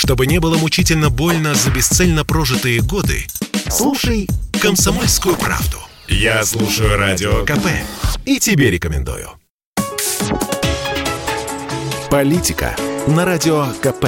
Чтобы не было мучительно больно за бесцельно прожитые годы, слушай «Комсомольскую правду». Я слушаю Радио КП и тебе рекомендую. Политика на Радио КП.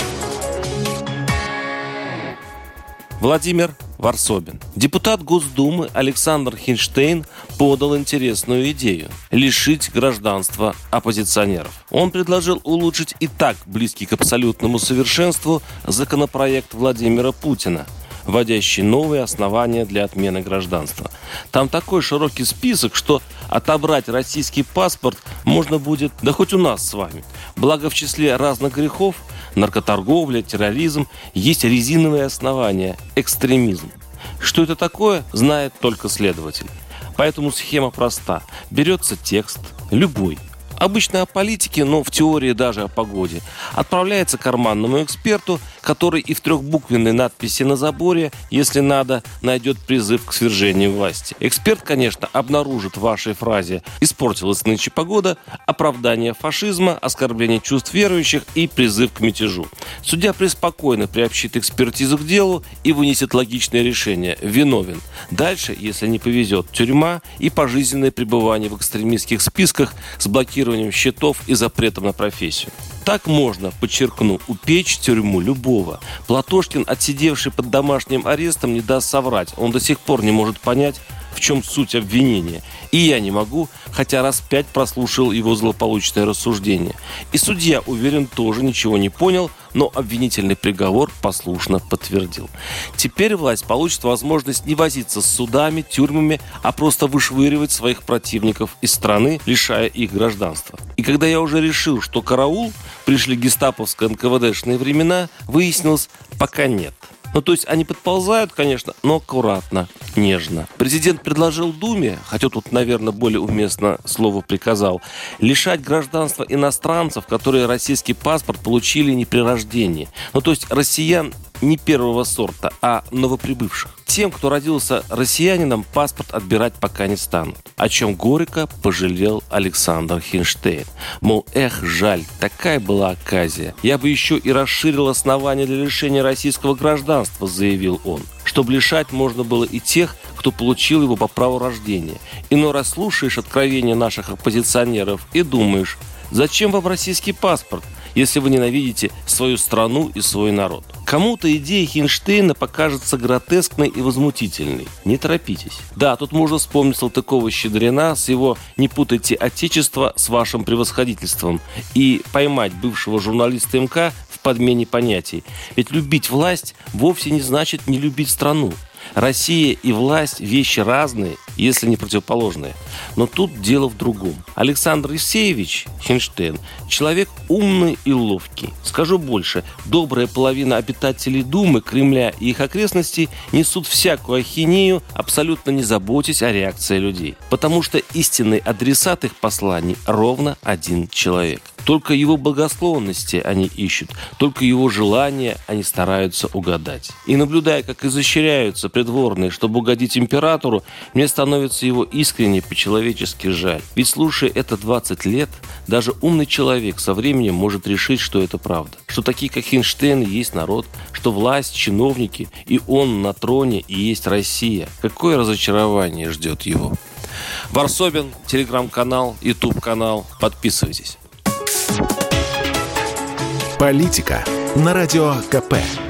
Владимир Варсобин. Депутат Госдумы Александр Хинштейн подал интересную идею – лишить гражданства оппозиционеров. Он предложил улучшить и так близкий к абсолютному совершенству законопроект Владимира Путина, вводящий новые основания для отмены гражданства. Там такой широкий список, что отобрать российский паспорт можно будет, да хоть у нас с вами. Благо в числе разных грехов – наркоторговля, терроризм – есть резиновые основания – экстремизм. Что это такое, знает только следователь. Поэтому схема проста. Берется текст, любой, обычно о политике, но в теории даже о погоде, отправляется карманному эксперту, который и в трехбуквенной надписи на заборе, если надо, найдет призыв к свержению власти. Эксперт, конечно, обнаружит в вашей фразе «испортилась нынче погода», оправдание фашизма, оскорбление чувств верующих и призыв к мятежу. Судья преспокойно приобщит экспертизу к делу и вынесет логичное решение – виновен. Дальше, если не повезет, тюрьма и пожизненное пребывание в экстремистских списках с блокированием счетов и запретом на профессию. Так можно, подчеркну, упечь в тюрьму любого. Платошкин, отсидевший под домашним арестом, не даст соврать. Он до сих пор не может понять, в чем суть обвинения. И я не могу, хотя раз 5 прослушал его злополучное рассуждение. И судья, уверен, тоже ничего не понял, но обвинительный приговор послушно подтвердил. Теперь власть получит возможность не возиться с судами, тюрьмами, а просто вышвыривать своих противников из страны, лишая их гражданства. И когда я уже решил, что караул, пришли гестаповско-НКВДшные времена, выяснилось, пока нет. То есть они подползают, конечно, но аккуратно, нежно. Президент предложил Думе, хотя тут, наверное, более уместно слово «приказал», лишать гражданства иностранцев, которые российский паспорт получили не при рождении. То есть россиян не первого сорта, а новоприбывших. Тем, кто родился россиянином, паспорт отбирать пока не станут. О чем горько пожалел Александр Хинштейн. Мол, жаль, такая была оказия. Я бы еще и расширил основания для лишения российского гражданства, заявил он. Чтобы лишать можно было и тех, кто получил его по праву рождения. Иной раз слушаешь откровения наших оппозиционеров и думаешь, зачем вам российский паспорт, если вы ненавидите свою страну и свой народ? Кому-то идея Хинштейна покажется гротескной и возмутительной. Не торопитесь. Да, тут можно вспомнить Салтыкова-Щедрина с его «Не путайте отечество с вашим превосходительством» и поймать бывшего журналиста МК в подмене понятий. Ведь любить власть вовсе не значит не любить страну. Россия и власть – вещи разные, если не противоположные. Но тут дело в другом. Александр Евсеевич Хинштейн – человек умный и ловкий. Скажу больше, добрая половина обитателей Думы, Кремля и их окрестностей несут всякую ахинею, абсолютно не заботясь о реакции людей. Потому что истинный адресат их посланий ровно один человек. Только его благосклонности они ищут, только его желания они стараются угадать. И наблюдая, как изощряются придворные, чтобы угодить императору, мне становится его искренне по-человечески жаль. Ведь слушая это 20 лет, даже умный человек со временем может решить, что это правда. Что такие, как Хинштейн, есть народ, что власть, чиновники и он на троне и есть Россия. Какое разочарование ждет его. Варсобин, телеграм-канал, YouTube-канал. Подписывайтесь. Политика на Радио КП.